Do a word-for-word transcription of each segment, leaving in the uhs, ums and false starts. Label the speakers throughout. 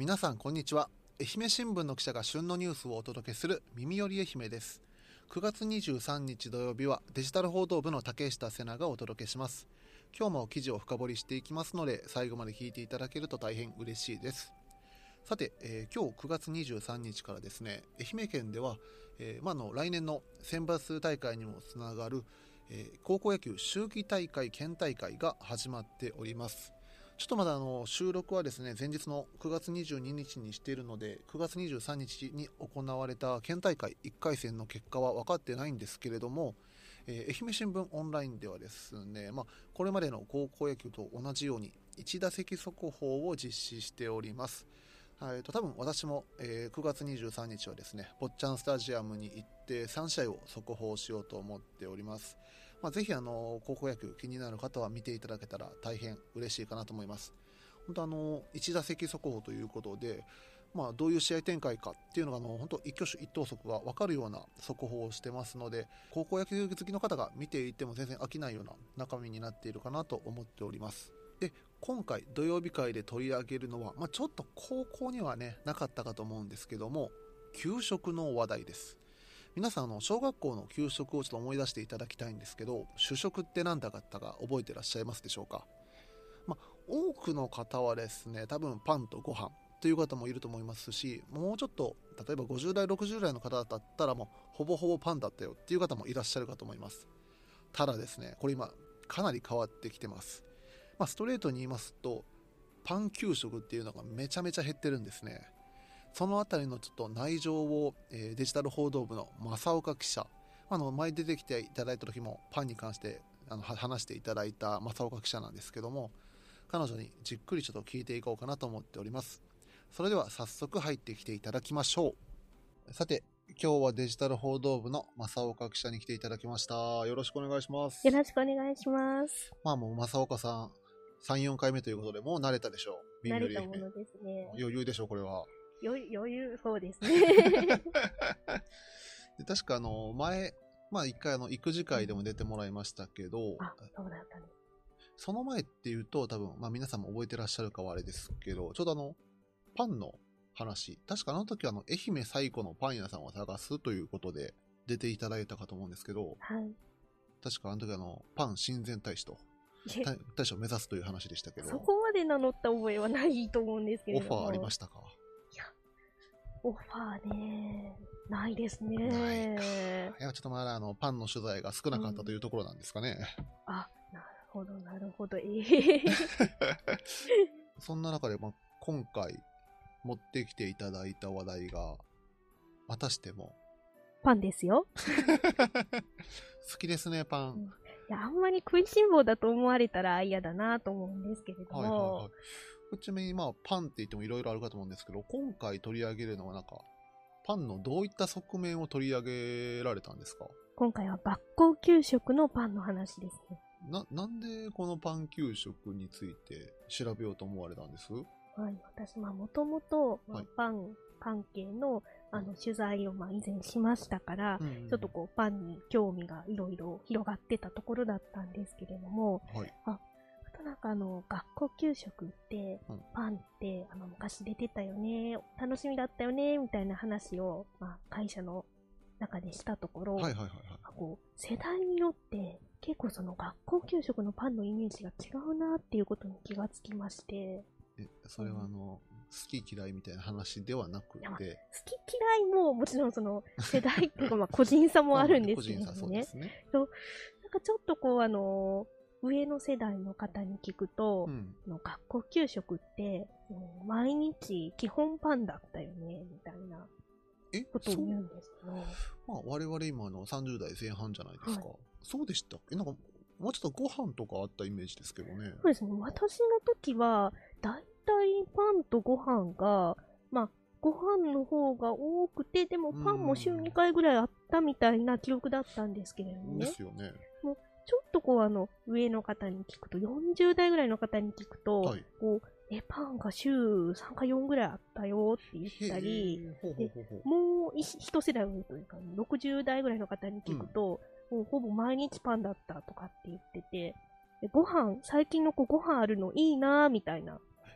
Speaker 1: 皆さんこんにちは。愛媛新聞の記者が旬のニュースをお届けする耳より愛媛です。くがつにじゅうさんにち土曜日はデジタル報道部の竹下瀬名がお届けします。今日も記事を深掘りしていきますので、最後まで聞いていただけると大変嬉しいです。さて、えー、今日くがつにじゅうさんにちからですね、愛媛県では、えーまあ、の来年の選抜大会にもつながる、えー高校野球秋季大会県大会が始まっております。ちょっとまだあの収録はですね、前日のくがつにじゅうににちにしているので、くがつにじゅうさんにちに行われた県大会いっかい戦の結果は分かってないんですけれども、えー愛媛新聞オンラインではですね、まあ、これまでの高校野球と同じようにいち打席速報を実施しております。はい、と多分私も、えーくがつにじゅうさんにちはですね、坊っちゃんスタジアムに行ってさんしあいを速報しようと思っております。まあ、ぜひあの高校野球気になる方は見ていただけたら大変嬉しいかなと思います。本当あのいち打席速報ということで、まあ、どういう試合展開かっていうのがあの本当一挙手一投足が分かるような速報をしてますので、高校野球好きの方が見ていても全然飽きないような中身になっているかなと思っております。で、今回土曜日会で取り上げるのは、まあ、ちょっと高校にはねなかったかと思うんですけども、給食の話題です。皆さんあの小学校の給食をちょっと思い出していただきたいんですけど、主食って何だったか覚えてらっしゃいますでしょうか。まあ、多くの方はですね、多分パンとご飯という方もいると思いますし、もうちょっと例えばごじゅうだいろくじゅうだいの方だったらもうほぼほぼパンだったよっていう方もいらっしゃるかと思います。ただですね、これ今かなり変わってきてます。まあ、ストレートに言いますと、パン給食っていうのがめちゃめちゃ減ってるんですね。そのあたりのちょっと内情を、えーデジタル報道部の正岡記者、あの前出てきていただいた時もパンに関してあのは話していただいた正岡記者なんですけども、彼女にじっくりちょっと聞いていこうかなと思っております。それでは早速入ってきていただきましょう。さて、今日はデジタル報道部の正岡記者に来ていただきました。よろしくお願いします。
Speaker 2: よろしくお願いします。
Speaker 1: まあもう正岡さんさん、よんかいめということでもう慣れたでしょう。
Speaker 2: 慣
Speaker 1: 耳より愛媛
Speaker 2: れたものですね。
Speaker 1: 余裕でしょうこれは。
Speaker 2: 余余裕、そうですね。
Speaker 1: で確かあの前、まあ一回あの育児会でも出てもらいましたけど、
Speaker 2: あ、そうだったね。
Speaker 1: その前っていうと多分、まあ、皆さんも覚えてらっしゃるかはあれですけど、ちょうどあのパンの話、確かあの時はあの愛媛最古のパン屋さんを探すということで出ていただいたかと思うんですけど、
Speaker 2: はい。
Speaker 1: 確かあの時あのパン親善大使と
Speaker 2: いえ
Speaker 1: 大大使を目指すという話でしたけど、
Speaker 2: そこまで名乗った覚えはないと思うんですけれども。
Speaker 1: オファーありましたか？
Speaker 2: いや、オファーね、ないですね。
Speaker 1: ないか。いやちょっとまだあのパンの取材が少なかったというところなんですかね。
Speaker 2: あ、なるほど、なるほど。ええ
Speaker 1: そんな中で、まあ、今回持ってきていただいた話題がまたしても
Speaker 2: パンですよ。
Speaker 1: 好きですね、パン。
Speaker 2: うんいや、あんまり食いしん坊だと思われたら嫌だなと思うんですけれど
Speaker 1: はいはいは
Speaker 2: も、
Speaker 1: い。ちなみにまあパンって言ってもいろいろあるかと思うんですけど、今回取り上げるのはなんかパンのどういった側面を取り上げられたんですか？
Speaker 2: 今回は学校給食のパンの話ですね。
Speaker 1: な、なんでこのパン給食について調べようと思われたんです？
Speaker 2: はい、私、まあ、もともと、ま
Speaker 1: はい
Speaker 2: あ、パン関係の、あの、取材を、まあ、以前しましたから、
Speaker 1: うんうんうん
Speaker 2: ちょっとこう、パンに興味がいろいろ広がってたところだったんですけれども、
Speaker 1: はい。
Speaker 2: あ、あとなんかあの、学校給食って、
Speaker 1: うん
Speaker 2: パンって、あの、昔出てたよね、楽しみだったよね、みたいな話を、まあ、会社の中でしたところ、
Speaker 1: はいはいはいはい。
Speaker 2: あこう世代によって結構その学校給食のパンのイメージが違うなっていうことに気がつきまして、
Speaker 1: え、それはあの、好き嫌いみたいな話ではなく
Speaker 2: いやまあ
Speaker 1: て、
Speaker 2: 好き嫌いももちろんその世代とかまあ個人差もあるんですけれ
Speaker 1: 個人差そうで
Speaker 2: どもね。
Speaker 1: すね。
Speaker 2: なんかちょっとこうあの上の世代の方に聞くと、
Speaker 1: うん。
Speaker 2: の学校給食ってうん毎日基本パンだったよねみたいな
Speaker 1: え、
Speaker 2: ことを
Speaker 1: そう
Speaker 2: 言うんですよ。
Speaker 1: まあ、我々今のさんじゅうだいぜん半じゃないですか。
Speaker 2: は
Speaker 1: そうでしたっけ？なんか、もうちょっとご飯とかあったイメージですけどね。
Speaker 2: そうですね。私の時は、だいたいパンとご飯が、まあ、ご飯の方が多くて、でもパンも週にかいぐらいあったみたいな記憶だったんですけれども
Speaker 1: で
Speaker 2: ね。
Speaker 1: すよね。
Speaker 2: もうちょっとこう、あの、上の方に聞くと、よんじゅうだいぐらいの方に聞くと、
Speaker 1: はい。
Speaker 2: こう、え、パンが週さんかよんぐらいあったよって言ったり、
Speaker 1: へーほうほうほうほう。
Speaker 2: もう一一世代上というか、ろくじゅうだいぐらいの方に聞くと、もうほぼ毎日パンだったとかって言ってて、でご飯、最近の子ご飯あるのいいなぁみたいな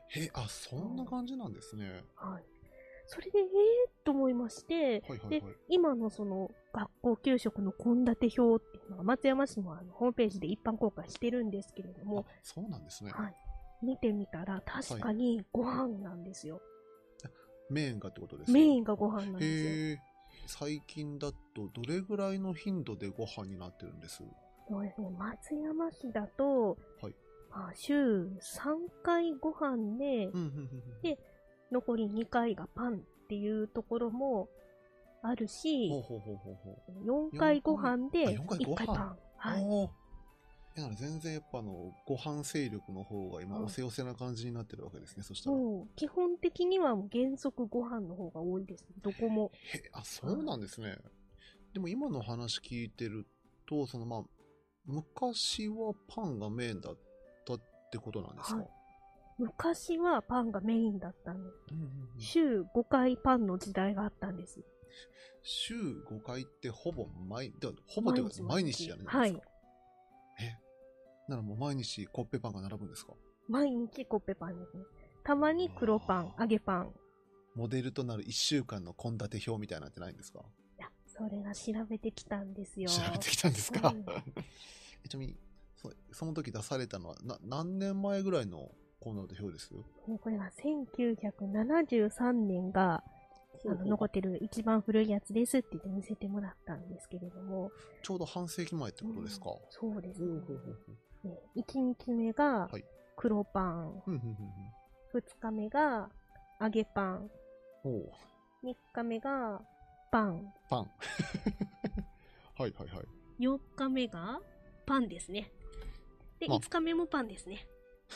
Speaker 1: へ、あ、そんな感じなんですね。
Speaker 2: はい。それで、えーと思いまして、
Speaker 1: はいはい
Speaker 2: で
Speaker 1: はい。、
Speaker 2: 今のその学校給食の献立表っていうのが松山市もあのホームページで一般公開してるんですけれど
Speaker 1: あ
Speaker 2: も、、
Speaker 1: そうなんですね。
Speaker 2: はい。見てみたら確かにご飯なんですよ。
Speaker 1: メインがってことですか？
Speaker 2: メインがご飯なんですよ。
Speaker 1: へえ。最近だとどれぐらいの頻度でご飯になってるんです？
Speaker 2: そうですね。松山市だと、
Speaker 1: はい。
Speaker 2: まあ、週さんかいご飯で、
Speaker 1: うんうんうんうん。
Speaker 2: で、残りにかいがパンっていうところもあるし、
Speaker 1: ほうほうほうほうほう。
Speaker 2: よんかいご飯
Speaker 1: あ、
Speaker 2: で
Speaker 1: よんかい
Speaker 2: いっ
Speaker 1: ご飯。
Speaker 2: かいパン。はい。
Speaker 1: おー。いや、だから全然やっぱあの、ご飯勢力の方が今、
Speaker 2: はい
Speaker 1: おせおせな感じになってるわけですね、そしたら。
Speaker 2: もう、基本的にはもう原則ご飯の方が多いです。どこも。
Speaker 1: へ、あ、そうなんですね。でも今の話聞いてると、そのまあ、昔はパンがメインだったってことなんですか？
Speaker 2: はい昔はパンがメインだったんです。
Speaker 1: うんうんうん。
Speaker 2: 週ごかいパンの時代があったんです。
Speaker 1: 週ごかいってほぼ毎、だほぼというか毎日やるじゃないですか。え、ならもう毎日コッペパンが並ぶんですか？
Speaker 2: 毎日コッペパンですね。たまに黒パン、揚げパン。
Speaker 1: モデルとなるいっしゅうかんの献立表みたいなのってないんですか？
Speaker 2: いや、それが調べてきたんですよ。
Speaker 1: 調べてきたんですか？
Speaker 2: うん
Speaker 1: え、ちなみにそ、その時出されたのはな何年前ぐらいの献立表です？
Speaker 2: もうこれがせんきゅうひゃくななじゅうさんねんがあの残ってる一番古いやつですって言って見せてもらったんですけれども。
Speaker 1: ちょうど半世紀前ってことですか？
Speaker 2: うんそうですね。
Speaker 1: ほうほうほうほう。
Speaker 2: ねいちにちめが
Speaker 1: はい
Speaker 2: 黒パン、
Speaker 1: ふんふんふん
Speaker 2: ふつかめが揚げパン、
Speaker 1: ふん。ほう。
Speaker 2: みっかめがパン、
Speaker 1: パン。はいはいはい。
Speaker 2: よっかめがパンですね。で、
Speaker 1: まあ
Speaker 2: いつかめもパンですね。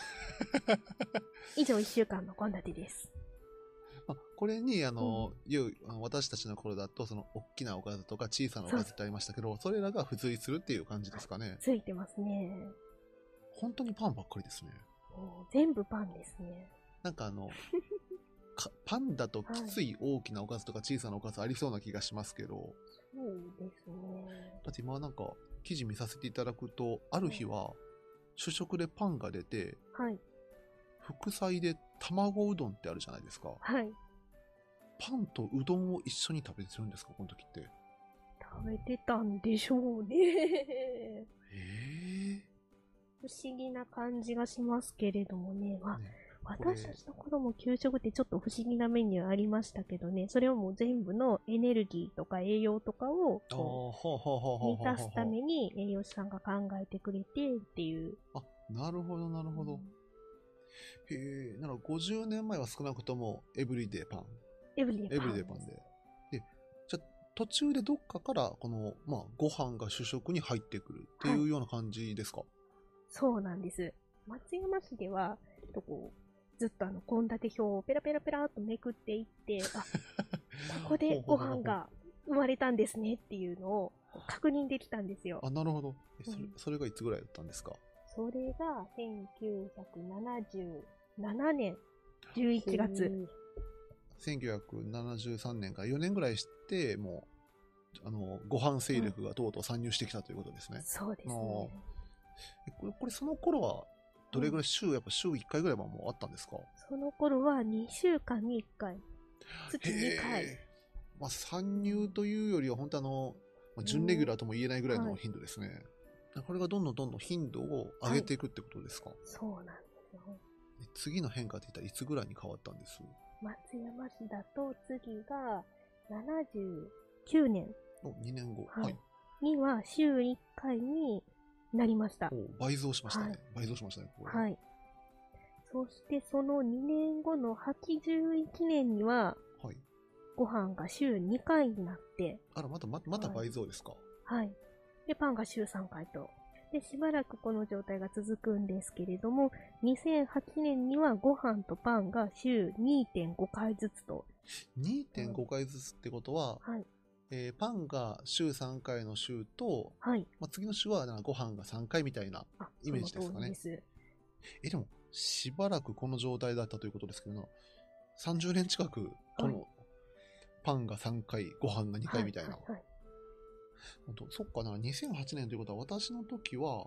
Speaker 2: 以上いっしゅうかんの献立です。
Speaker 1: まあ、これにあの、いうあの私たちの頃だとその大きなおかずとか小さなおかずってありましたけど、それらが付随するっていう感じですかね。
Speaker 2: ついてますね。
Speaker 1: 本当にパンばっかりですね。
Speaker 2: もう全部パンですね。
Speaker 1: なんかあのかパンだときつい大きなおかずとか小さなおかずありそうな気がしますけど、
Speaker 2: そうですね。
Speaker 1: だって今なんか記事見させていただくと、ある日は主食でパンが出て、
Speaker 2: はい。
Speaker 1: 副菜で卵うどんってあるじゃないですか。
Speaker 2: はい。
Speaker 1: パンとうどんを一緒に食べてるんですか、この時って。
Speaker 2: 食べてたんでしょうね。
Speaker 1: へえ。
Speaker 2: 不思議な感じがしますけれどもね。まあ、
Speaker 1: ね、これ
Speaker 2: 私たちの頃も給食ってちょっと不思議なメニューありましたけどね。それをもう全部のエネルギーとか栄養とかを
Speaker 1: ああ、
Speaker 2: こ
Speaker 1: ほうほうほうほう
Speaker 2: う満たすために栄養士さんが考えてくれてっていう。
Speaker 1: あ、なるほどなるほど。へえ、ならごじゅうねんまえは少なくともエブリデイパン。
Speaker 2: エブリデイパン。
Speaker 1: エブリデイパンで。で、じゃあ途中でどっかからこの、まあ、ご飯が主食に入ってくるっていうような感じですか？
Speaker 2: そうなんです。松山市では、とこうずっとあの献立表をペラペラペラっとめくっていって、あ、ここでご飯が生まれたんですねっていうのを確認できたんですよ。
Speaker 1: あ、なるほど。えそれ、
Speaker 2: うん、
Speaker 1: それがいつぐらいだったんですか？
Speaker 2: それがせんきゅうひゃくななじゅうななねんじゅういちがつ。
Speaker 1: せんきゅうひゃくななじゅうさんねんからよねんぐらいして、もう、あの、ご飯勢力がとうとう参入してきたということですね。
Speaker 2: うん、そうですね。
Speaker 1: これ、これその頃は、どれぐらい週、うん、やっぱ週いっかいぐらいはもうあったんですか？
Speaker 2: その頃はにしゅうかんにいっかい。月にかい。
Speaker 1: まあ、参入というよりは、本当あの、準レギュラーとも言えないぐらいの頻度ですね。はい、これがどんどんどんどん頻度を上げていくってことですか？はい、
Speaker 2: そうなんですよ。
Speaker 1: 次の変化って言ったらいつぐらいに変わったんです？
Speaker 2: 松山市だと次がななじゅうきゅうねん。
Speaker 1: お、にねんご。
Speaker 2: はい。には週いっかいになりました。
Speaker 1: 倍増しましたね。はい、倍増しましたね、これ。はい。
Speaker 2: そしてそのにねんごのはちじゅういちねんには、
Speaker 1: はい、
Speaker 2: ご飯が週にかいになって。
Speaker 1: あら、また、ままた倍増ですか？
Speaker 2: はい。で、パンが週さんかいと。で、しばらくこの状態が続くんですけれども、にせんはちねんにはご飯とパンが週 にてんご 回ずつと。
Speaker 1: にてんご 回ずつってことは、
Speaker 2: はい。
Speaker 1: えー、パンが週さんかいの週と、
Speaker 2: はい。
Speaker 1: まあ、次の週はご飯がさんかいみたいなイメージですかね。です。え、でも、しばらくこの状態だったということですけど、さんじゅうねん近く、この、パンがさんかい、ご飯がにかいみたいな。はいはいはい、そっかな、にせんはちねんということは、私の時は、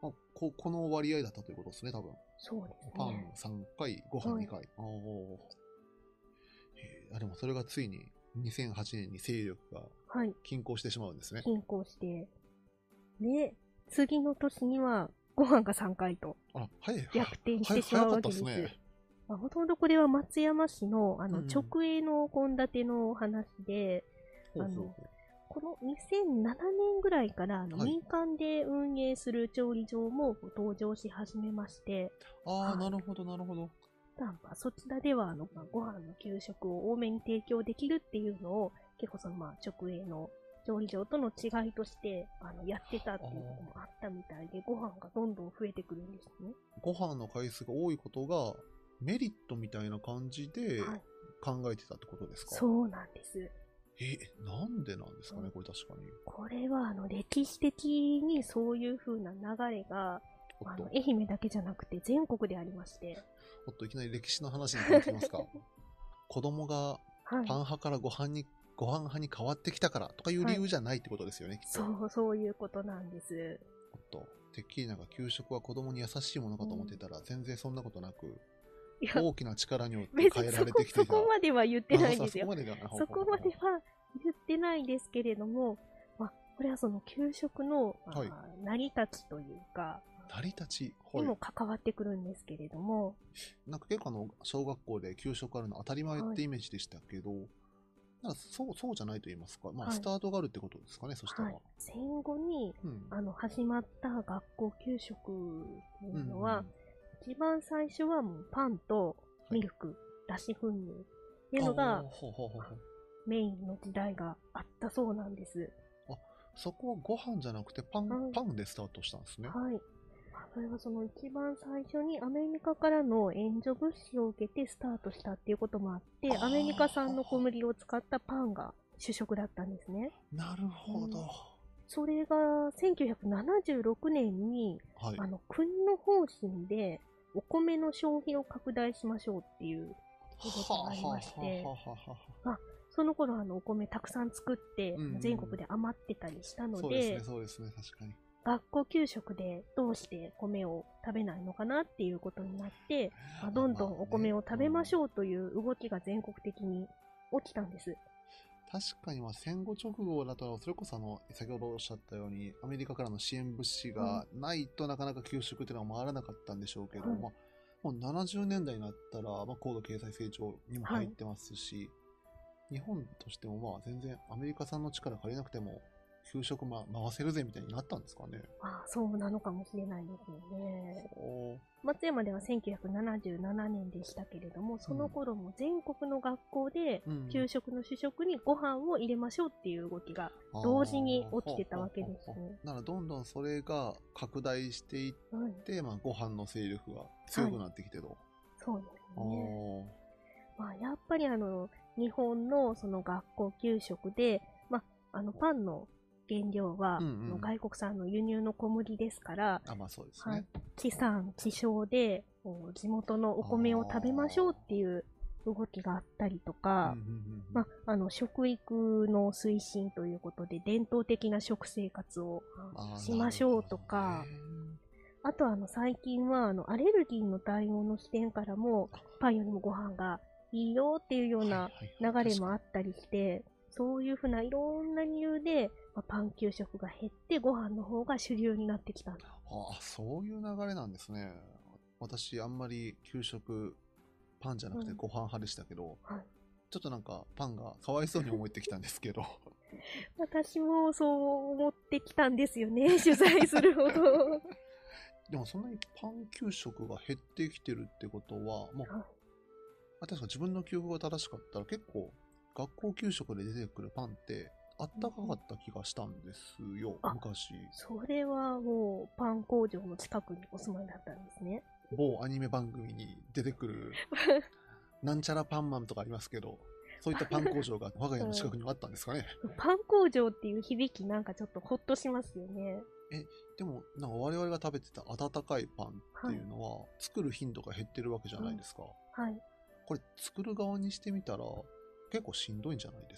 Speaker 1: あ、こ、この割合だったということですね、多分。
Speaker 2: そうです
Speaker 1: パン
Speaker 2: ね。
Speaker 1: さんかい、ご飯にかい。あーへーあ、でもそれがついににせんはちねんに勢力が
Speaker 2: はい。
Speaker 1: 均衡してしまうんですね。
Speaker 2: 均衡して。で、次の年にはご飯がさんかいと
Speaker 1: あら、早い、
Speaker 2: 逆転し
Speaker 1: は
Speaker 2: てしまう
Speaker 1: 早かった
Speaker 2: わけです。
Speaker 1: ですね。
Speaker 2: まあ、ほとんどこれは松山市のあの
Speaker 1: うんうん
Speaker 2: 直営の献立のお話で、あの
Speaker 1: ほうほうほう。
Speaker 2: このにせんななねんぐらいからあの
Speaker 1: はい
Speaker 2: 民間で運営する調理場も登場し始めまして、
Speaker 1: ああ、
Speaker 2: はい
Speaker 1: なるほど、なるほど。
Speaker 2: 普段はそちらではあの、まあ、ご飯の給食を多めに提供できるっていうのを結構そのまあ直営の調理場との違いとしてあのやってたっていうこともあったみたいで、ご飯がどんどん増えてくるんですね。
Speaker 1: ご飯の回数が多いことがメリットみたいな感じで
Speaker 2: はい、
Speaker 1: 考えてたってことですか、
Speaker 2: そうなんです。
Speaker 1: え、なんでなんですかね、これ確かに。
Speaker 2: これはあの歴史的にそういう風な流れが
Speaker 1: おっと、
Speaker 2: あの愛媛だけじゃなくて全国でありまして、
Speaker 1: おっと、いきなり歴史の話に変わってきますか。子供が
Speaker 2: はい、
Speaker 1: パン派からご飯に、ご飯派に変わってきたからとかいう理由じゃないってことですよね、きっと。
Speaker 2: そう、そういうことなんです。
Speaker 1: おっと、てっきりなんか給食は子供に優しいものかと思ってたら、全然そんなことなく、
Speaker 2: いや、
Speaker 1: 大きな力によって
Speaker 2: 別
Speaker 1: 変えら
Speaker 2: にそこ
Speaker 1: れてきていた。
Speaker 2: そこまでは言ってないん
Speaker 1: あそ
Speaker 2: ですよ。
Speaker 1: こまでではない。
Speaker 2: そこまでは言ってないですけれども、まあ、これはその給食の、まあ
Speaker 1: はい
Speaker 2: 成り立ちというか、
Speaker 1: 成り立ち。
Speaker 2: に
Speaker 1: はい
Speaker 2: も。関わってくるんですけれども、
Speaker 1: なんか結構あの、小学校で給食あるの当たり前ってイメージでしたけど、なんかそう、そうじゃないと言いますか。まあ、
Speaker 2: はい
Speaker 1: スタートがあるってことですかね、そしたら。
Speaker 2: はい、戦後に
Speaker 1: うん。
Speaker 2: あの始まった学校給食っていうのは、
Speaker 1: うん
Speaker 2: 一番最初はもうパンとミルク、脱脂粉乳っていうの
Speaker 1: あー
Speaker 2: が
Speaker 1: ほうほうほうほう
Speaker 2: メインの時代があったそうなんです。
Speaker 1: そこはご飯じゃなくてパン、
Speaker 2: はい
Speaker 1: パンでスタートしたんですね。
Speaker 2: はい。それはその一番最初にアメリカからの援助物資を受けてスタートしたっていうこともあって、
Speaker 1: あー
Speaker 2: アメリカ産の小麦を使ったパンが主食だったんですね。
Speaker 1: なるほど。
Speaker 2: うんそれがせんきゅうひゃくななじゅうろくねんに
Speaker 1: はい。
Speaker 2: あの国の方針でお米の消費を拡大しましょうっていうことがありまして
Speaker 1: はあはあはあはあはあ
Speaker 2: その頃あのお米たくさん作って
Speaker 1: うんうん
Speaker 2: 全国で余ってたりしたので、
Speaker 1: そうですね、そうですね、確かに。
Speaker 2: 学校給食でどうして米を食べないのかなっていうことになって、まあどんどんお米を食べましょうという動きが全国的に起きたんです。
Speaker 1: 確かにまあ戦後直後だと、それこそあの先ほどおっしゃったように、アメリカからの支援物資がないとなかなか給食っていうのは回らなかったんでしょうけど、
Speaker 2: はい
Speaker 1: まあ、もうななじゅうねんだいになったら、まあ、高度経済成長にも入ってますし、日本としてもまあ全然アメリカ産の力借りなくても、給食ま回せるぜみたいになったんですかね。
Speaker 2: まあそうなのかもしれないですよね。
Speaker 1: お
Speaker 2: 松山ではせんきゅうひゃくななじゅうななねんでしたけれども、その頃も全国の学校で
Speaker 1: うん
Speaker 2: 給食の主食にご飯を入れましょうっていう動きが同時に起きてたわけですね。
Speaker 1: ならどんどんそれが拡大していっ
Speaker 2: はい、
Speaker 1: て、まあ、ご飯の勢力が強くなってきてと。
Speaker 2: そうです
Speaker 1: あ
Speaker 2: ね。
Speaker 1: ー
Speaker 2: まあ、やっぱりあの日本のその学校給食で、まあ、あのパンの原料は、
Speaker 1: うんうん
Speaker 2: あの外国産の輸入の小麦ですから、
Speaker 1: あ、まあそうです
Speaker 2: はい
Speaker 1: ね。
Speaker 2: 地産地消でこう地元のお米を食べましょうっていう動きがあったりとか、
Speaker 1: うんうんうんうん
Speaker 2: まあ、あの食育の推進ということで伝統的な食生活を
Speaker 1: あー
Speaker 2: しましょうとか、
Speaker 1: なるほどね
Speaker 2: あとはあの最近はあのアレルギーの対応の視点からもパンよりもご飯がいいよっていうような流れもあったりして、そういうふうないろんな理由で、まあ、パン給食が減ってご飯の方が主流になってきたんだ。
Speaker 1: ああ、そういう流れなんですね。私、あんまり給食、パンじゃなくて
Speaker 2: うん
Speaker 1: ご飯派でしたけど、
Speaker 2: はい、
Speaker 1: ちょっとなんかパンがかわいそうに思えてきたんですけど、
Speaker 2: 私もそう思ってきたんですよね、取材するほど。
Speaker 1: でもそんなにパン給食が減ってきてるってことは、もう、
Speaker 2: はい
Speaker 1: あ確か自分の記憶が正しかったら結構学校給食で出てくるパンってあったかかった気がしたんですよ、
Speaker 2: あ
Speaker 1: 昔。
Speaker 2: それはもうパン工場の近くにお住まいだったんですね。
Speaker 1: 某アニメ番組に出てくるなんちゃらパンマンとかありますけど、そういったパン工場が我が家の近くにはあったんですかね。
Speaker 2: パン工場っていう響きなんかちょっとホッとしますよね。
Speaker 1: でもなんか我々が食べてた温かいパンっていうのは、作る頻度が減ってるわけじゃないですか。
Speaker 2: はい。い
Speaker 1: これ作る側にしてみたら結構しんどいんじゃないです？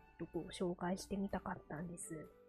Speaker 2: や、まさにそこをちょっと紹介してみたかったんです。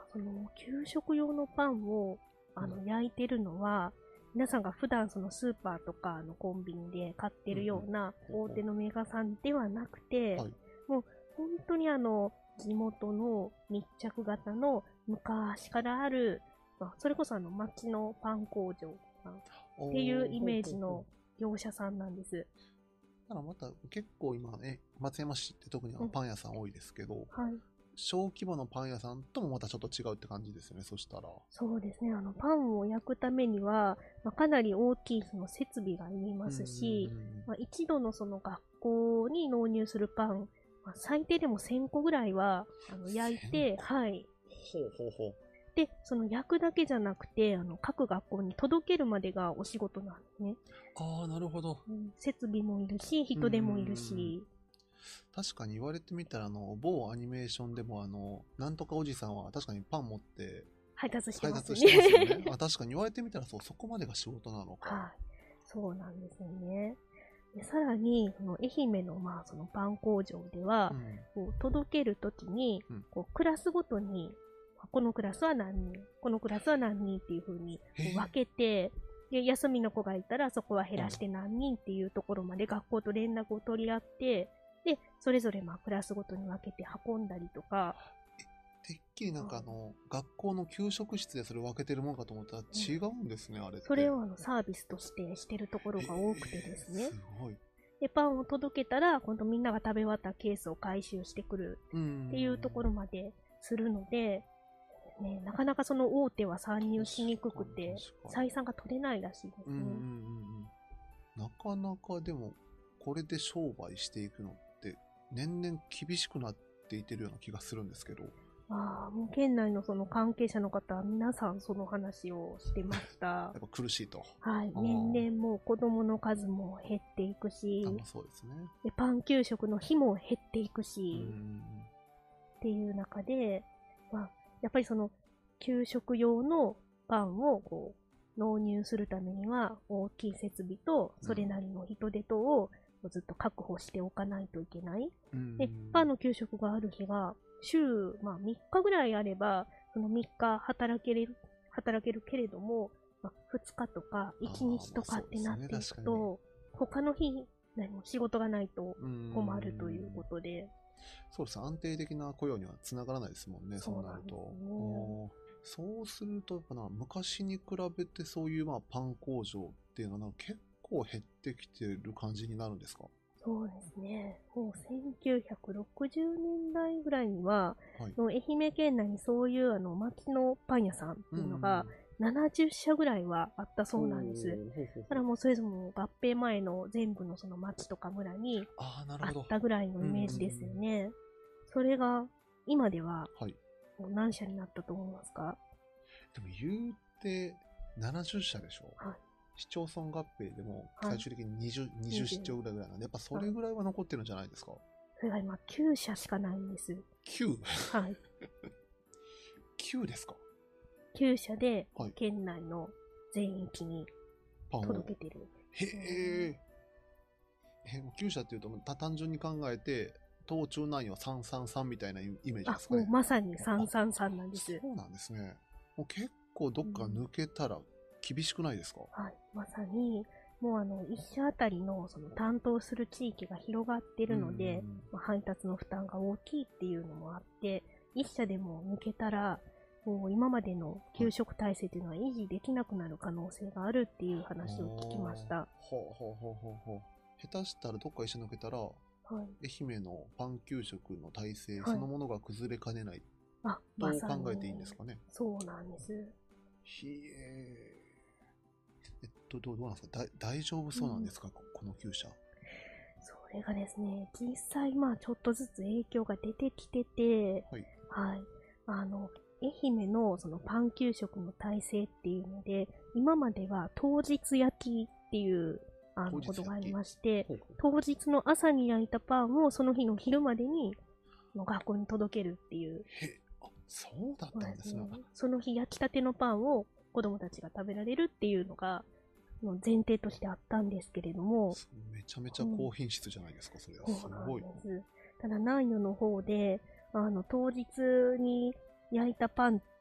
Speaker 2: その給食用のパンをあの、
Speaker 1: うん
Speaker 2: 焼いてるのは、皆さんが普段そのスーパーとかのコンビニで買ってるような
Speaker 1: うんうん
Speaker 2: 大手のメーカーさんではなくて、
Speaker 1: はい。
Speaker 2: もう本当にあの地元の密着型の昔からある、まあ、それこそあの町のパン工場さんっていうイメージの業者さんなんです。
Speaker 1: だからまた結構今ね、松山市って特にあのパン屋さん多いですけど、
Speaker 2: はい。
Speaker 1: 小規模のパン屋さんともまたちょっと違うって感じですよね、そしたら。
Speaker 2: そうですね。あの、パンを焼くためには、まあ、かなり大きいその設備がいりますし、
Speaker 1: うんうんうん
Speaker 2: まあ、一度のその学校に納入するパン、まあ、最低でもせんこぐらいはあの焼いて、
Speaker 1: せんこ
Speaker 2: はい。
Speaker 1: ほうほうほう。
Speaker 2: で、その焼くだけじゃなくて、あの各学校に届けるまでがお仕事なんですね。
Speaker 1: ああ、なるほど。
Speaker 2: うん設備もいるし、人手もいるし。
Speaker 1: 確かに言われてみたら、あの、某アニメーションでも、あの、なんとかおじさんは確かにパン持って
Speaker 2: 配達して
Speaker 1: 配
Speaker 2: ます
Speaker 1: 達してますよ
Speaker 2: ね。
Speaker 1: ね。あ、確かに言われてみたらそう、そこまでが仕事なのか。
Speaker 2: はい。そうなんですよね。でさらに、その愛媛の、まあ、そのパン工場では、
Speaker 1: うん
Speaker 2: こう届けるときに、
Speaker 1: うん
Speaker 2: こうクラスごとに、このクラスは何人、このクラスは何人っていう風にこ
Speaker 1: へえ
Speaker 2: う分けて、で、休みの子がいたらそこは減らして何人っていうところまで学校と連絡を取り合って、で、それぞれまあクラスごとに分けて運んだりとか、
Speaker 1: てっきりなんかあの、学校の給食室でそれ分けてるもんかと思ったら違うんですね、あれって。
Speaker 2: それをあのサービスとしてしてるところが多くてですね。
Speaker 1: へーすごい。
Speaker 2: で、パンを届けたら、今度みんなが食べ終わったケースを回収してくる
Speaker 1: うん
Speaker 2: っていうところまでするので、ね、なかなかその大手は参入しにくくて
Speaker 1: 確かに
Speaker 2: 採算が取れないらしいですね。
Speaker 1: うんうんうんうん。なかなかでも、これで商売していくのって年々厳しくなっていってるような気がするんですけど。
Speaker 2: ああ、もう県内のその関係者の方は皆さんその話をしてました。
Speaker 1: やっぱ苦しいと。
Speaker 2: はい、
Speaker 1: あー
Speaker 2: 年々もう子供の数も減っていくし
Speaker 1: あ、まあ、そうですね。
Speaker 2: で、パン給食の日も減っていく
Speaker 1: うん
Speaker 2: し、
Speaker 1: うんうん
Speaker 2: っていう中で、まあ、やっぱりその給食用のパンをこう納入するためには大きい設備とそれなりの人手とをずっと確保しておかないといけない。
Speaker 1: うん
Speaker 2: で、パンの給食がある日が週、まあ、みっかぐらいあれば、そのみっか働ける、働けるけれども、まあ、ふつかとかいちにちとかってなってい
Speaker 1: あーまあそうですね
Speaker 2: くと、他の日何も仕事がないと
Speaker 1: うん
Speaker 2: 困るということで、
Speaker 1: そうです。安定的な雇用にはつながらないですもんね、そうなると。
Speaker 2: そうなんですね
Speaker 1: おーそうすると、やっぱな昔に比べてそういうまあパン工場っていうのはなんか結構減ってきてる感じになるんですか？
Speaker 2: そうですね。もうせんきゅうひゃくろくじゅうねんだいぐらいには、
Speaker 1: はい。
Speaker 2: の愛媛県内にそういうあの町のパン屋さんっていうのがななじゅっしゃぐらいはあったそうなんです。だからもうそれぞれも合併前の全部のその町とか村に
Speaker 1: ああ、なるほど。
Speaker 2: あったぐらいのイメージですよね。それが今では
Speaker 1: はい。
Speaker 2: もう何社になったと思いますか？
Speaker 1: でも言うてななじゅっしゃでしょ、
Speaker 2: はい
Speaker 1: 市町村合併でも
Speaker 2: はい
Speaker 1: 最終的に 20, 20市町ぐらいぐらいなんで、やっぱそれぐらいは残ってるんじゃないですか？
Speaker 2: それが今きゅうしゃしかないんです。
Speaker 1: きゅう?
Speaker 2: はい。
Speaker 1: きゅうですか？
Speaker 2: きゅうしゃで
Speaker 1: はい
Speaker 2: 県内の全域に
Speaker 1: パンを。
Speaker 2: 届けてる。
Speaker 1: へえ。え、もうきゅうしゃっていうと、た単純に考えて、東中南はさんさんさんみたいなイメージで
Speaker 2: あ、
Speaker 1: すかね。
Speaker 2: もうまさにさんさんさんなんです。
Speaker 1: そうなんですね。もう結構どっか抜けたら厳しくないですか？
Speaker 2: はい。まさに、もうあの、一社あたりのその担当する地域が広がってるので、
Speaker 1: うん
Speaker 2: まあ、配達の負担が大きいっていうのもあって、一社でも抜けたら、もう今までの給食体制っていうのは維持できなくなる可能性があるっていう話を聞きました。
Speaker 1: ほうほうほうほうほう。下手したらどっか一緒抜けたら、
Speaker 2: はい。
Speaker 1: 愛媛のパン給食の体制
Speaker 2: はい
Speaker 1: そのものが崩れかねない
Speaker 2: あ、
Speaker 1: と
Speaker 2: まさに。
Speaker 1: 考えていいんですかね。
Speaker 2: そうなんです。
Speaker 1: ひえ。えっと、どうどうなんですか？だ大丈夫そうなんですか、ここのきゅう社。
Speaker 2: それがですね、実際まあちょっとずつ影響が出てきてて、
Speaker 1: はい。
Speaker 2: はい。あの、愛媛のそのパン給食の体制っていうので、今までは当日焼きっていうあの
Speaker 1: 当日焼き
Speaker 2: ことがありまして、
Speaker 1: ほうほう
Speaker 2: 当日の朝に焼いたパンをその日の昼までにあの学校に届けるっていう。
Speaker 1: へ、あ、そうだったんですね。
Speaker 2: その日焼きたてのパンを子供たちが食べられるっていうのがの前提としてあったんですけれども、
Speaker 1: めちゃめちゃ高品質じゃないですか、それは。す
Speaker 2: そうなん
Speaker 1: ごい。
Speaker 2: です。ただ南予の方で、あの、当日に焼いたパンっ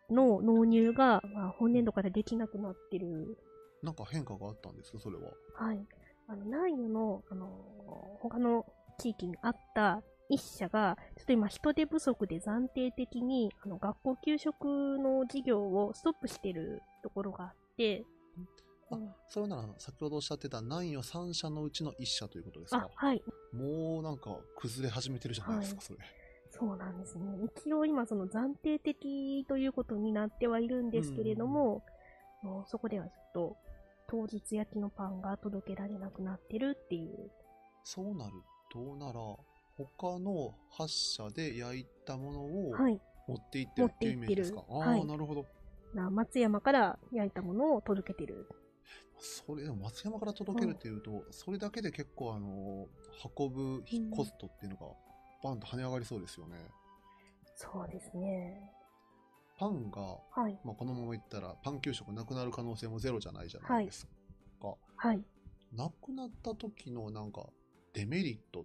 Speaker 2: の納入が、まあ、本年度からできなくなってる。
Speaker 1: なんか変化があったんですか、それは。
Speaker 2: はい。あの、南予の、あの、他の地域にあった一社が、ちょっと今人手不足で暫定的に、あの、学校給食の事業をストップしてるところがあって、
Speaker 1: あ、
Speaker 2: うん、
Speaker 1: それなら先ほどおっしゃってた南予さん社のうちのいっ社ということですか。
Speaker 2: あ、はい。
Speaker 1: もうなんか崩れ始めてるじゃないですか、はい、それ。
Speaker 2: そうなんですね。一応今その暫定的ということになってはいるんですけれども、うん、もうそこではちょっと当日焼きのパンが届けられなくなってるっていう。
Speaker 1: そうなるとなら、他のはっ社で焼いたものを持って行ってるっていうイメージですか。ああ、はい、なるほど。
Speaker 2: 松山から焼いたものを届けてる。
Speaker 1: それでも松山から届けるっていうと、うん、それだけで結構あの運ぶコストっていうのがバンと跳ね上がりそうですよね。
Speaker 2: そうですね。
Speaker 1: パンが、はい、まあ、このままいったらパン給食なくなる可能性もゼロじゃないじゃないですか。
Speaker 2: はい。
Speaker 1: なくなった時のなんかデメリットって。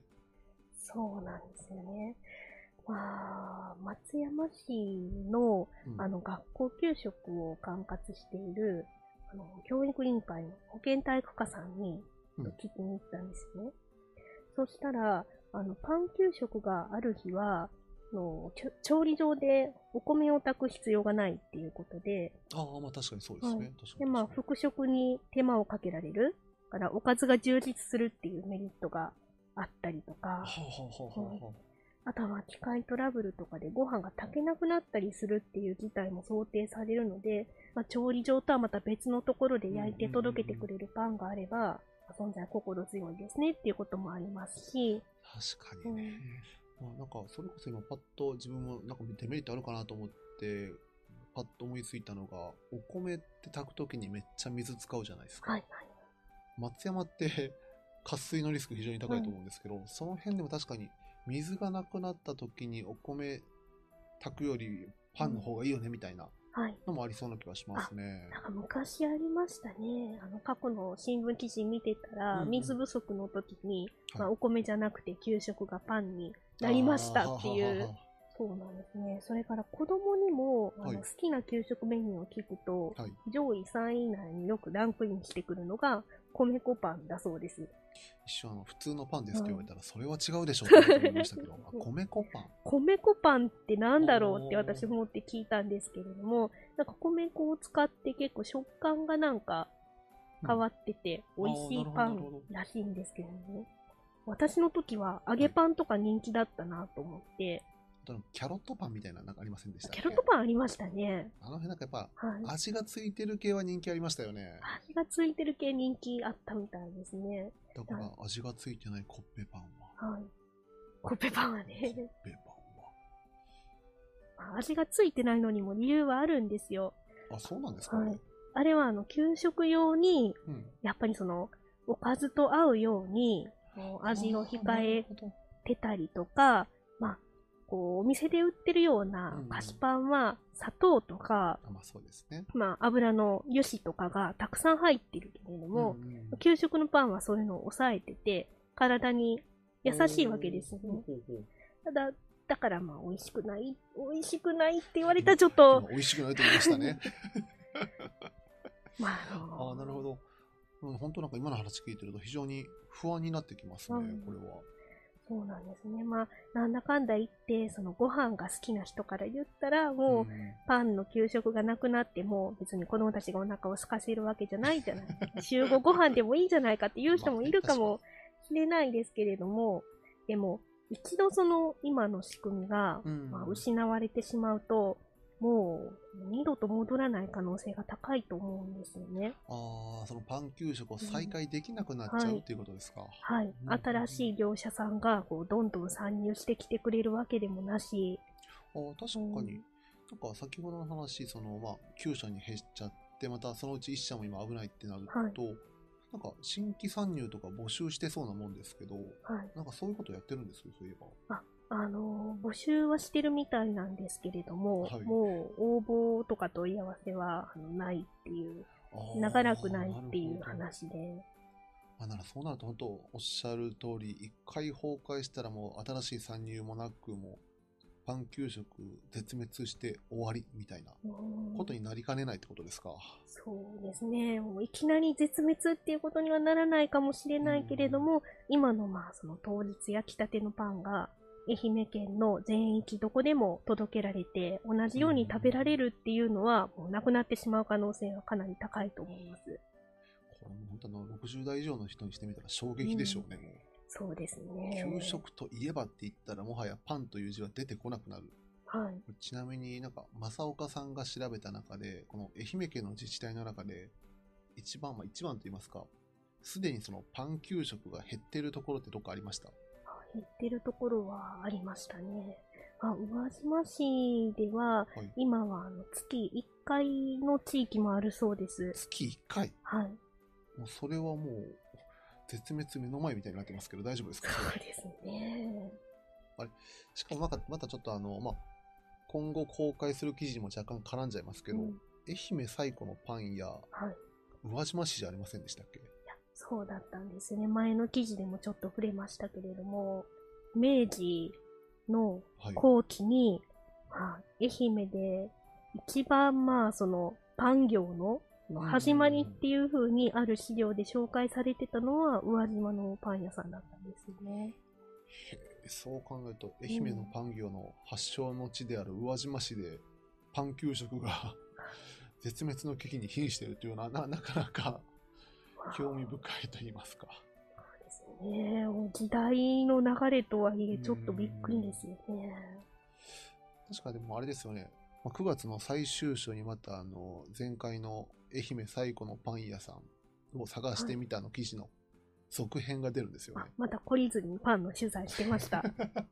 Speaker 2: そうなんですよね。まあ、松山市の、うん、あの学校給食を管轄しているあの教育委員会の保健体育課さんに聞きに行ったんですよね。うん、そしたら、あのパン給食がある日はの調理場でお米を炊く必要がないっていうことで、
Speaker 1: ああ、まあ確かにそうですね。はい、
Speaker 2: で、まあ復食に手間をかけられるからおかずが充実するっていうメリットがあったりとか、あとは機械トラブルとかでご飯が炊けなくなったりするっていう事態も想定されるので、まあ、調理場とはまた別のところで焼いて届けてくれるパンがあれば、存在心強いですねっていうこともありますし。
Speaker 1: 確かにね。うん、まあ、なんかそれこそ今パッと自分もなんかデメリットあるかなと思ってパッと思いついたのが、お米って炊くときにめっちゃ水使うじゃないですか。
Speaker 2: はいはい、
Speaker 1: 松山って渇水のリスク非常に高いと思うんですけど、はい、その辺でも確かに水がなくなった時にお米炊くよりパンの方がいいよねみたいなのもありそうな気がしますね。
Speaker 2: なんか昔ありましたね。あの過去の新聞記事見てたら、うんうん、水不足の時に、まあ、お米じゃなくて給食がパンになりましたっていう。そうなんですね。それから子供にもあの、はい、好きな給食メニューを聞くと、はい、上位さんい以内によくランクインしてくるのが米粉パンだそうです。
Speaker 1: 一瞬あの普通のパンですって言われたら、それは違うでしょうって思いましたけど、米粉パン
Speaker 2: 米粉パンってなんだろうって私もって聞いたんですけれども、なんか米粉を使って結構食感がなんか変わってて、うん、美味しいパンらしいんですけども、私の時は揚げパンとか人気だったなと思って、
Speaker 1: はい、キャロットパンみたいななんかありませんでしたっけ？
Speaker 2: キャロットパンありましたね。
Speaker 1: あの辺なんかやっぱ、はい、味がついてる系は人気ありましたよね。
Speaker 2: 味がついてる系人気あったみたいですね。
Speaker 1: だから味がついてないコッペパンは。
Speaker 2: はい。コッペパンはね。
Speaker 1: コッペ
Speaker 2: パンは。味がついてないのにも理由はあるんですよ。
Speaker 1: あ、そうなんですか？
Speaker 2: はい。あれはあの給食用に、うん、やっぱりそのおかずと合うように味を控えてたりとか、まあこうお店で売ってるような菓子パンは砂糖とか、
Speaker 1: うん、まあそうですね、
Speaker 2: まあ油の油脂とかがたくさん入ってるけれども、うんうん、給食のパンはそういうのを抑えてて体に優しいわけですよね。ただだからまあ美味しくない美味しくないって言われたらちょっと
Speaker 1: 美味しくないと言いましたね。
Speaker 2: まああのー、
Speaker 1: あ、なるほど。本当なんか今の話聞いてると非常に不安になってきますね、うん、これは。
Speaker 2: そうなんですね。まあ、なんだかんだ言って、そのご飯が好きな人から言ったら、もう、パンの給食がなくなっても、別に子供たちがお腹を空かせるわけじゃないじゃない。週ごご飯でもいいじゃないかっていう人もいるかもしれないですけれども、でも、一度その今の仕組みが、まあ、失われてしまうと、もう二度と戻らない可能性が高いと思うんですよね。
Speaker 1: ああ、そのパン給食を再開できなくなっちゃうっていうことですか。
Speaker 2: はい。はい、新しい業者さんがこうどんどん参入してきてくれるわけでもなし。
Speaker 1: ああ、確かに、うん、なんか先ほどの話、そのまあきゅう社に減っちゃって、またそのうちいっ社も今危ないってなると、はい、なんか新規参入とか募集してそうなもんですけど、はい、なんかそういうことやってるんですよ、そういえば。
Speaker 2: ああの募集はしてるみたいなんですけれども、はい、もう応募とか問い合わせはあのないっていう、長らくないっていう話で。
Speaker 1: あ、ならそうなると本当おっしゃる通り、一回崩壊したらもう新しい参入もなくもパン給食絶滅して終わりみたいなことになりかねないってことですか。
Speaker 2: そうですね。もういきなり絶滅っていうことにはならないかもしれないけれども、今のまあその当日焼きたてのパンが愛媛県の全域どこでも届けられて同じように食べられるっていうのはもうなくなってしまう可能性がかなり高いと思います。
Speaker 1: これも本当のろくじゅう代以上の人にしてみたら衝撃でしょうね、うん、もう。
Speaker 2: そうですね。
Speaker 1: 給食といえばって言ったらもはやパンという字は出てこなくなる。
Speaker 2: はい、
Speaker 1: ちなみになんか正岡さんが調べた中でこの愛媛県の自治体の中で一番、まあ、一番と言いますか、すでにそのパン給食が減ってるところってどっかありました？
Speaker 2: 減ってるところはありましたね。あ、宇和島市では、はい、今はあの月いっかいの地域もあるそうです。
Speaker 1: 月いっかい？
Speaker 2: はい。
Speaker 1: もうそれはもう絶滅目の前みたいになってますけど大丈夫ですか？
Speaker 2: そうですね。
Speaker 1: あれ、しかもまた、またちょっとあの、まあ、今後公開する記事にも若干絡んじゃいますけど、うん、愛媛最古のパン屋、はい、宇和島市じゃありませんでしたっけ？いや、
Speaker 2: そうだったんですね。前の記事でもちょっと触れましたけれども、明治の後期に、はい、愛媛で一番まあそのパン業の始まりっていう風にある資料で紹介されてたのは宇和島のパン屋さんだったんですね。
Speaker 1: そう考えると愛媛のパン業の発祥の地である宇和島市でパン給食が絶滅の危機に瀕しているというのは な, なかなか興味深いと言いますか。
Speaker 2: そうですね。時代の流れとはいえちょっとびっくりですよね。
Speaker 1: 確かでもあれですよね。くがつの最終週にまたあの前回の愛媛最古のパン屋さんを探してみたの記事の続編が出るんですよね。
Speaker 2: また懲りずにパンの取材してました。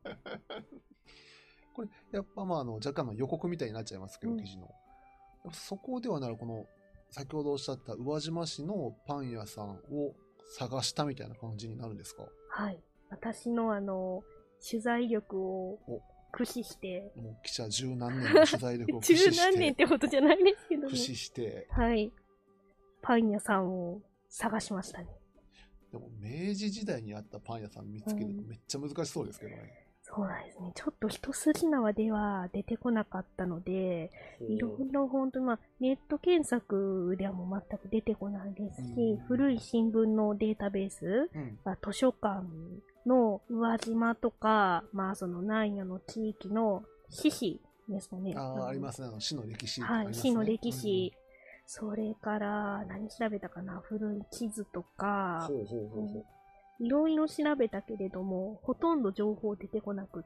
Speaker 1: これやっぱまああの若干の予告みたいになっちゃいますけど、うん、記事のそこではなるこの先ほどおっしゃった宇和島市のパン屋さんを探したみたいな感じになるんですか？
Speaker 2: はい。私のあの取材力を駆使して、
Speaker 1: もう記者十何年の取材力を駆使して
Speaker 2: 十何年ってことじゃないですけどね。
Speaker 1: 駆使して、
Speaker 2: はい。パン屋さんを探しましたね。
Speaker 1: でも明治時代にあったパン屋さん見つけるのめっちゃ難しそうですけどね。
Speaker 2: うん、そうなんですね。ちょっと一筋縄では出てこなかったので、いろいろ本当にまあネット検索ではもう全く出てこないですし、うん、古い新聞のデータベース、うん、図書館の宇和島とか、まあその南予の地域の市史ですかね。
Speaker 1: ああ、ありますね。あの市の歴史、
Speaker 2: ね。はい、市の歴史。うん、それから、何調べたかな、古い地図とか、いろいろ調べたけれども、ほとんど情報出てこなくって。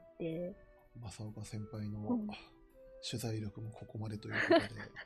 Speaker 1: 正岡先輩の、うん、取材力もここまでということ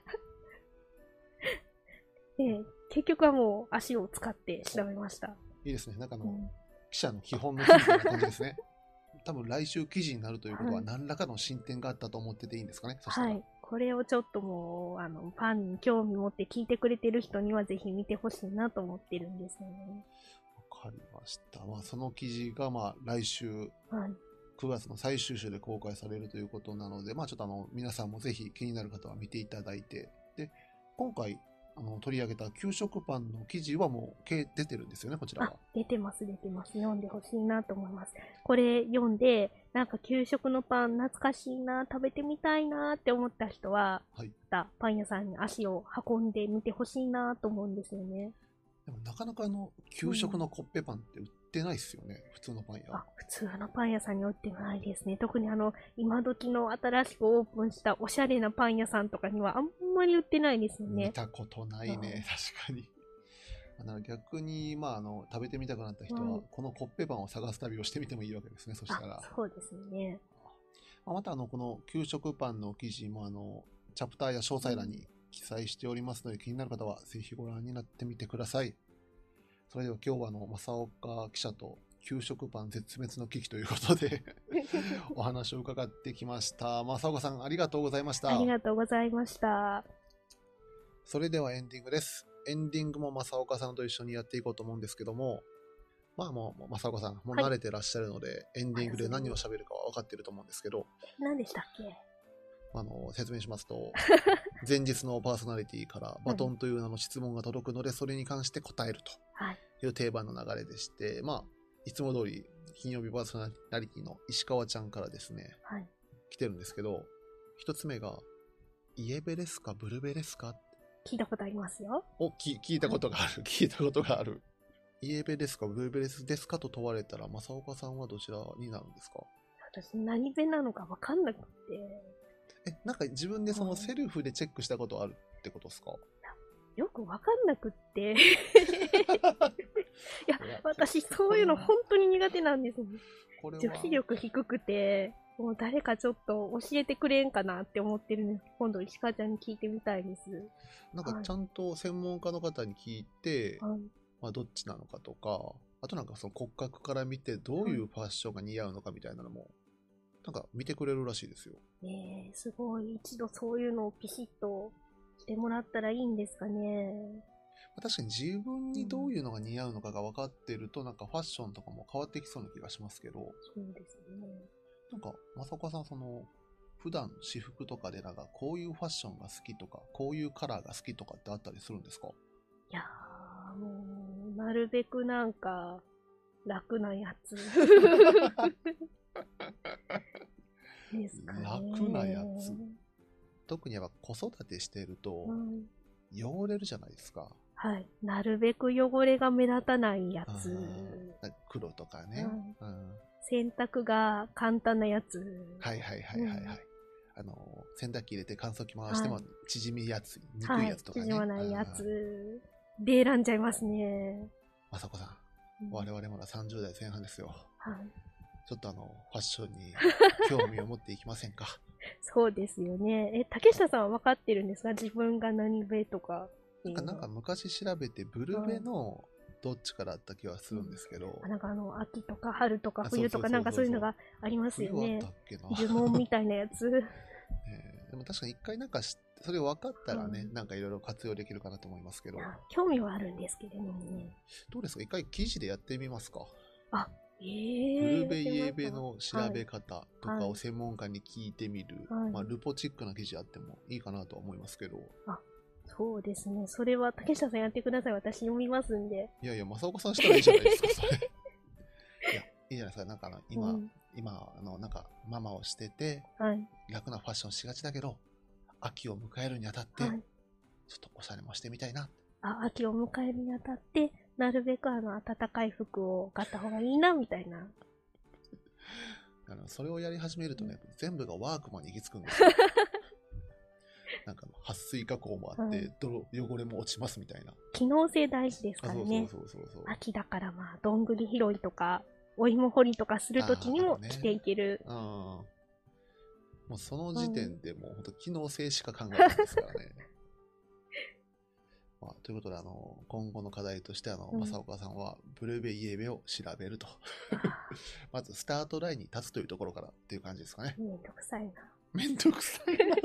Speaker 2: で。で、結局はもう足を使って調べました。
Speaker 1: いいですね。なんかあの、うん、記者の基本の日みたいな感じですね。多分来週記事になるということは何らかの進展があったと思ってていいんですかね。はい、
Speaker 2: そしたら。はい。これをちょっともう、あの、パンに興味持って聞いてくれてる人にはぜひ見てほしいなと思ってるんですよね。
Speaker 1: わかりました。まあ、その記事が、まあ、来週、はい、くがつの最終週で公開されるということなので、まあ、ちょっとあの、皆さんもぜひ気になる方は見ていただいて、で、今回、あの、取り上げた給食パンの記事はもう、出てるんですよね、こちらは。
Speaker 2: 出てます、出てます。読んでほしいなと思います。これ読んで、なんか給食のパン懐かしいな、食べてみたいなって思った人は、はい、またパン屋さんに足を運んでみてほしいなと思うんですよね。
Speaker 1: でもなかなかあの、給食のコッペパンって売ってないっすよね、うん、普通のパン屋。
Speaker 2: あ、普通のパン屋さんに売ってないですね。特にあの、今時の新しくオープンしたおしゃれなパン屋さんとかにはあんまり売ってないですよね。
Speaker 1: 見たことないね、うん、確かに。逆に、まあ、あの食べてみたくなった人は、うん、このコッペパンを探す旅をしてみてもいいわけですね。そしたら
Speaker 2: そうですね。
Speaker 1: まあ、またあのこの給食パンの記事もあのチャプターや詳細欄に記載しておりますので、うん、気になる方はぜひご覧になってみてください。それでは今日はあの正岡記者と給食パン絶滅の危機ということでお話を伺ってきました。正岡さん、ありがとうございました。
Speaker 2: ありがとうございました。
Speaker 1: それではエンディングです。エンディングも正岡さんと一緒にやっていこうと思うんですけども、まあもう正岡さんもう慣れてらっしゃるので、はい、エンディングで何を喋るかは分かっていると思うんですけど、
Speaker 2: 何でしたっけ？
Speaker 1: あの説明しますと前日のパーソナリティからバトンという名の質問が届くので、それに関して答えるという定番の流れでして、はい、まあいつも通り金曜日パーソナリティの石川ちゃんからですね、はい、 来てるんですけど、一つ目が、イエベですかブルベですか？
Speaker 2: 聞いたことありますよ。
Speaker 1: お、き聞いたことがある。聞いたことがある。イエベですかブルベですかと問われたら、正岡さんはどちらになるんですか？
Speaker 2: 私、何弁なのかわかんなくて。
Speaker 1: え、なんか自分でそのセルフでチェックしたことあるってことですか？
Speaker 2: よくわかんなくって。いや、私、そういうの本当に苦手なんですね。
Speaker 1: これは
Speaker 2: 女子力低くて、もう誰かちょっと教えてくれんかなって思ってるんです。今度石川ちゃんに聞いてみたいです。
Speaker 1: なんかちゃんと専門家の方に聞いて、
Speaker 2: はい、
Speaker 1: まあどっちなのかとか、あとなんかその骨格から見てどういうファッションが似合うのかみたいなのも、なんか見てくれるらしいですよ。
Speaker 2: ねえ、すごい。一度そういうのをピシッとしてもらったらいいんですかね。
Speaker 1: 確かに自分にどういうのが似合うのかが分かってると、なんかファッションとかも変わってきそうな気がしますけど、
Speaker 2: そうですね。
Speaker 1: なんか、正岡さん、その、普段私服とかでなんかこういうファッションが好きとか、こういうカラーが好きとかってあったりするんですか？
Speaker 2: いやー、もう、なるべくなんか、楽なやつ。ですかね。
Speaker 1: 楽なやつ。特にやっぱ子育てしてると、
Speaker 2: うん、
Speaker 1: 汚れるじゃないですか。
Speaker 2: はい。なるべく汚れが目立たないやつ。
Speaker 1: 黒とかね、うんうん。
Speaker 2: 洗濯が簡単なやつ。
Speaker 1: はいはいはいはいはい。うん、あの、洗濯機入れて乾燥機回しても縮みやつ、にくいやつとかね。
Speaker 2: はい、縮まないやつ。で選んじゃいますね。
Speaker 1: まさこさん、うん、我々まださんじゅう代前半ですよ。はい。ちょっとあの、ファッションに興味を持っていきませんか？
Speaker 2: そうですよね。え、竹下さんは分かってるんですか？自分が何べとか。
Speaker 1: なんか、なんか昔調べて、ブルベのどっちかだった気はするんですけど。
Speaker 2: うん、なんかあの、秋とか春とか冬とかなんかそういうのがありますよね。
Speaker 1: 冬あったっけな。
Speaker 2: 呪文みたいなやつ。
Speaker 1: えー、でも確かに一回なんかそれ分かったらね、うん、なんかいろいろ活用できるかなと思いますけど。
Speaker 2: 興味はあるんですけれどもね。
Speaker 1: どうですか？一回記事でやってみますか？
Speaker 2: あ、えー、
Speaker 1: ブルベイエベの調べ方とかを専門家に聞いてみる、はいはい、まあ、ルポチックな記事あってもいいかなとは思いますけど。
Speaker 2: あ、そうですね。それは竹下さんやってください。私読みますんで。
Speaker 1: いやいや、正岡さんしたらいいじゃないですか、それ。いや、いいじゃないですか。なんかあの今、うん、今あのなんかママをしてて、はい、楽なファッションしがちだけど、秋を迎えるにあたって、はい、ちょっとおしゃれもしてみたいな。
Speaker 2: あ、秋を迎えるにあたって、なるべくあの暖かい服を買った方がいいなみたいな。
Speaker 1: あのそれをやり始めるとね、うん、全部がワークマンに行き着くんですよ。なんか撥水加工もあって、はい、泥汚れも落ちますみたいな。
Speaker 2: 機能性大事ですからね。そうそうそうそう。秋だからまあどんぐり拾いとかお芋掘りとかするときにも着ていける。
Speaker 1: ね、うん。もうその時点でもう本当機能性しか考えないですからね。まあ、ということであの今後の課題としてあの、うん、正岡さんはブルーベイエーベを調べるとまずスタートラインに立つというところからっていう感じですかね。
Speaker 2: めんどくさいな。
Speaker 1: めんどくさいな。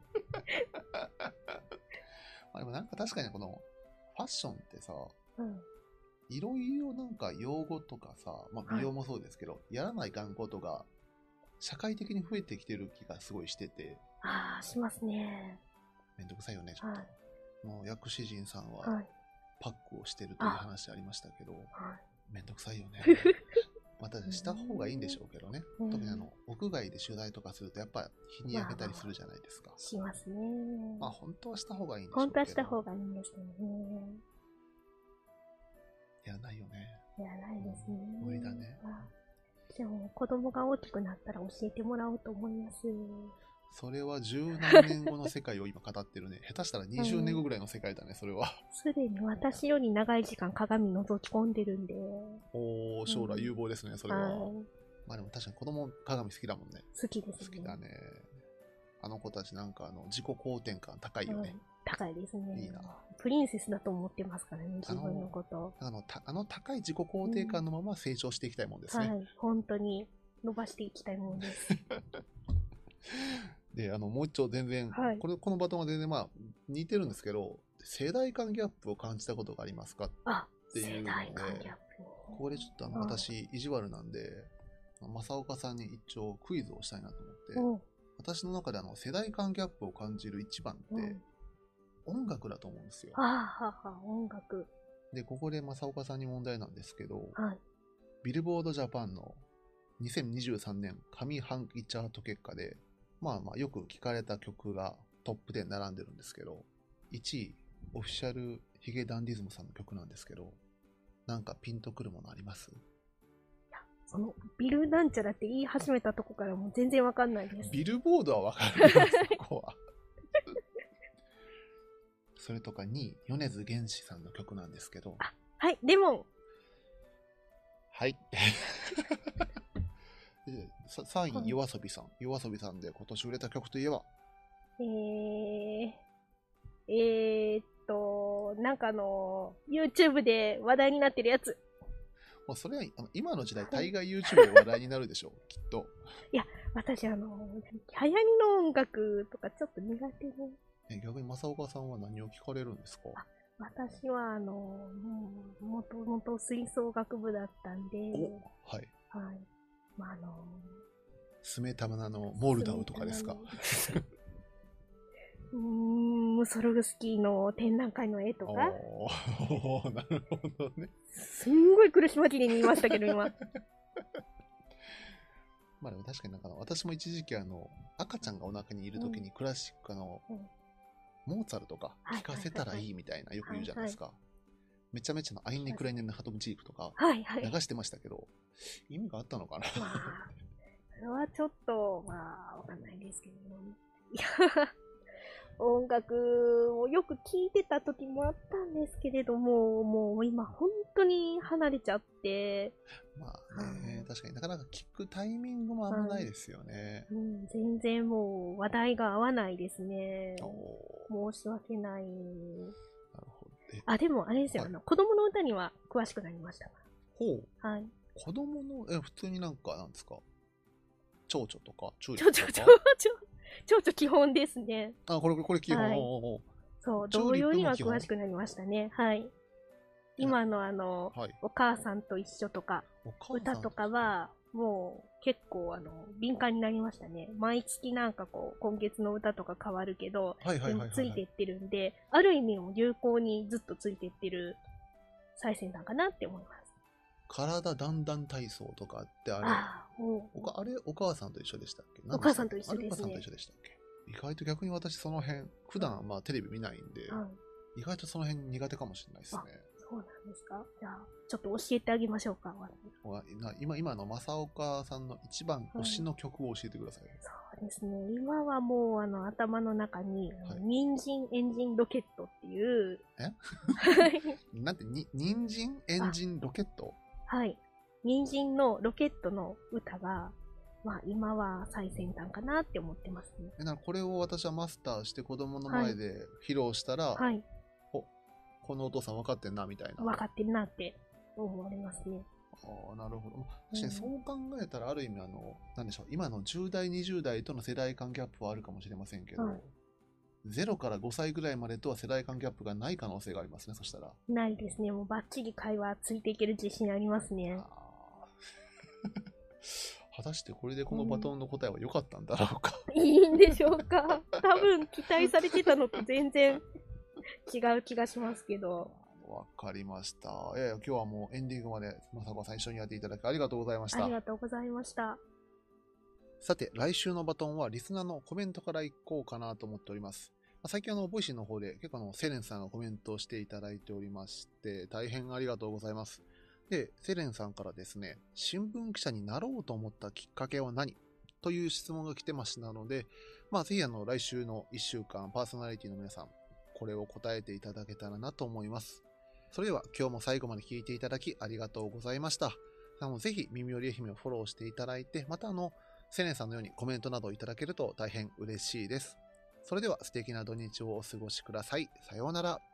Speaker 1: まあでもなんか確かにこのファッションってさ、いろいろなんか用語とかさ、まあ、美容もそうですけど、はい、やらないかんことが社会的に増えてきてる気がすごいしてて。
Speaker 2: ああ、しますね。
Speaker 1: めんどくさいよね、ちょっと。はい、もう薬師陣さんはパックをしてるという話ありましたけど、はい、めんどくさいよね。またした方がいいんでしょうけどね。うん、特にあの屋外で取材とかするとやっぱ日に焼けたりするじゃないですか。まあ、
Speaker 2: しますね。
Speaker 1: まあ本当はした方がいいんでしょうけど。
Speaker 2: 本当はした方がいいんですよね。
Speaker 1: やらないよね。
Speaker 2: やらないですね。
Speaker 1: うん、無理だね。
Speaker 2: でも子供が大きくなったら教えてもらおうと思います。
Speaker 1: それは十何年後の世界を今語ってるね。下手したらにじゅうねんごぐらいの世界だね、それは。
Speaker 2: すでに私より長い時間鏡覗き込んでるんで。
Speaker 1: おー、将来有望ですね、それは。はい、まあでも確かに子供鏡好きだもんね。
Speaker 2: 好きですね。
Speaker 1: 好きだね。あの子たちなんかあの自己肯定感高いよね。はい、
Speaker 2: 高いですね。
Speaker 1: いいな。
Speaker 2: プリンセスだと思ってますからね、自分のこと。
Speaker 1: あの、あの高い自己肯定感のまま成長していきたいもんですね。
Speaker 2: うん、はい、本当に伸ばしていきたいもんです。
Speaker 1: で、あの、もう一丁全然、はい、これ、このバトンは全然まあ、似てるんですけど、世代間ギャップを感じたことがありますかっていうので、世代間ギャップ。ここでちょっとあの、私、意地悪なんで、正岡さんに一応クイズをしたいなと思って、私の中であの、世代間ギャップを感じる一番って、音楽だと思うんですよ。
Speaker 2: はあはあ、音楽。
Speaker 1: で、ここで正岡さんに問題なんですけど、
Speaker 2: はい、
Speaker 1: ビルボードジャパンのにせんにじゅうさんねん上半期チャート結果で、 まあまあよく聞かれた曲がトップで並んでるんですけど、いちいオフィシャルヒゲダンディズムさんの曲なんですけど、なんかピンとくるものあります？
Speaker 2: そのビルなんちゃらって言い始めたとこからもう全然わかんないです。
Speaker 1: ビルボードはわかるよ、そこは。それとかにい、米津玄師さんの曲なんですけど。
Speaker 2: あ、はい、レモン。
Speaker 1: はい。でさんい、夜遊びさん。夜遊びさんで今年売れた曲といえば？
Speaker 2: えー、えーっと、なんかあの、YouTube で話題になってるやつ。
Speaker 1: もうそれはあの今の時代、大概 YouTube で話題になるでしょう、きっと。
Speaker 2: いや、私、あの、流行りの音楽とかちょっと苦手で。
Speaker 1: え逆に正岡さんは何を聞かれるんですか？
Speaker 2: 私は、あの、もともと吹奏楽部だったんで、
Speaker 1: はい。
Speaker 2: はい。まあ、あの、
Speaker 1: スメタマナのモルダウとかですか？
Speaker 2: うーん、ムソルグスキーの展覧会の絵とか。
Speaker 1: おー、なるほどね。
Speaker 2: すんごい苦し紛れに言いましたけど、今。
Speaker 1: まあでも確かになんか私も一時期あの赤ちゃんがお腹にいるときにクラシックの、うん、モーツァルトか聴かせたらいいみたいなよく言うじゃないですか。はいはい、めちゃめちゃのアインネクライネンのハトムチークとか流してましたけど、はいはい、意味があったのかな。まあ、
Speaker 2: それはちょっと、まあ、わかんないですけど、いや、音楽をよく聴いてた時もあったんですけれども、もう今本当に離れちゃって。
Speaker 1: まあね、うん、確かになかなか聴くタイミングもあんまないですよね。
Speaker 2: うん、全然もう話題が合わないですね。申し訳ない。なるほど。あ、でもあれですよ、はい、あの子供の歌には詳しくなりました。
Speaker 1: ほう。
Speaker 2: はい。
Speaker 1: 子供の、え、普通になんか、なんですか、蝶々とか、
Speaker 2: チューリップとか。蝶々、蝶々、蝶々基本ですね。
Speaker 1: あ、これ、これ基本。はい、
Speaker 2: そう、同様には詳しくなりましたね。はい。今のあの、はい、お母さんと一緒とか、歌とかは、もう結構あの、敏感になりましたね。毎月なんかこう、今月の歌とか変わるけど、でもついていってるんで、ある意味も流行にずっとついていってる最先端かなって思います。
Speaker 1: 体だんだん体操とかってあれ、あ, おかあれお母さんと一緒でしたっけ？
Speaker 2: お母さんと一緒ですね。
Speaker 1: お母さんと一緒でしたっけ？意外と逆に私その辺、普段まあテレビ見ないんで、うん、意外とその辺苦手かもしれないですね。
Speaker 2: そうなんですか？じゃあ、ちょっと教えてあげましょうか。
Speaker 1: 今、今の正岡さんの一番推しの曲を教えてください。はい、
Speaker 2: そうですね。今はもうあの頭の中に、はい、人参エンジンロケットっていう。
Speaker 1: えなんて、に、人参エンジンロケット？
Speaker 2: はい。人参のロケットの歌が、まあ今は最先端かなって思ってますね。
Speaker 1: え、なこれを私はマスターして子供の前で披露したら、はい、お、このお父さん分かってんなみたいな。
Speaker 2: 分かってんなって思われますね。
Speaker 1: ああ、なるほど。確かにそう考えたらある意味あの、なんでしょう、今のじゅう代、にじゅう代との世代間ギャップはあるかもしれませんけど、はい、ゼロからごさいぐらいまでとは世代間ギャップがない可能性がありますね、そしたら。
Speaker 2: ないですね。もうバッチリ会話ついていける自信ありますね。
Speaker 1: 果たしてこれでこのバトンの答えは良かったんだろうか、
Speaker 2: うん、いいんでしょうか。多分期待されてたのと全然違う気がしますけど。
Speaker 1: わかりました。いやいや、今日はもうエンディングまで正子さん一緒にやっていただきありがとうございました。
Speaker 2: ありがとうございました。
Speaker 1: さて、来週のバトンはリスナーのコメントからいこうかなと思っております。最近あの、ボイシーの方で結構あの、セレンさんがコメントをしていただいておりまして、大変ありがとうございます。で、セレンさんからですね、新聞記者になろうと思ったきっかけは何？という質問が来てましたので、まあぜひあの、来週のいっしゅうかんパーソナリティの皆さん、これを答えていただけたらなと思います。それでは今日も最後まで聞いていただきありがとうございました。あのぜひ耳より愛媛をフォローしていただいて、またあの、セレンさんのようにコメントなどいただけると大変嬉しいです。それでは素敵な土日をお過ごしください。さようなら。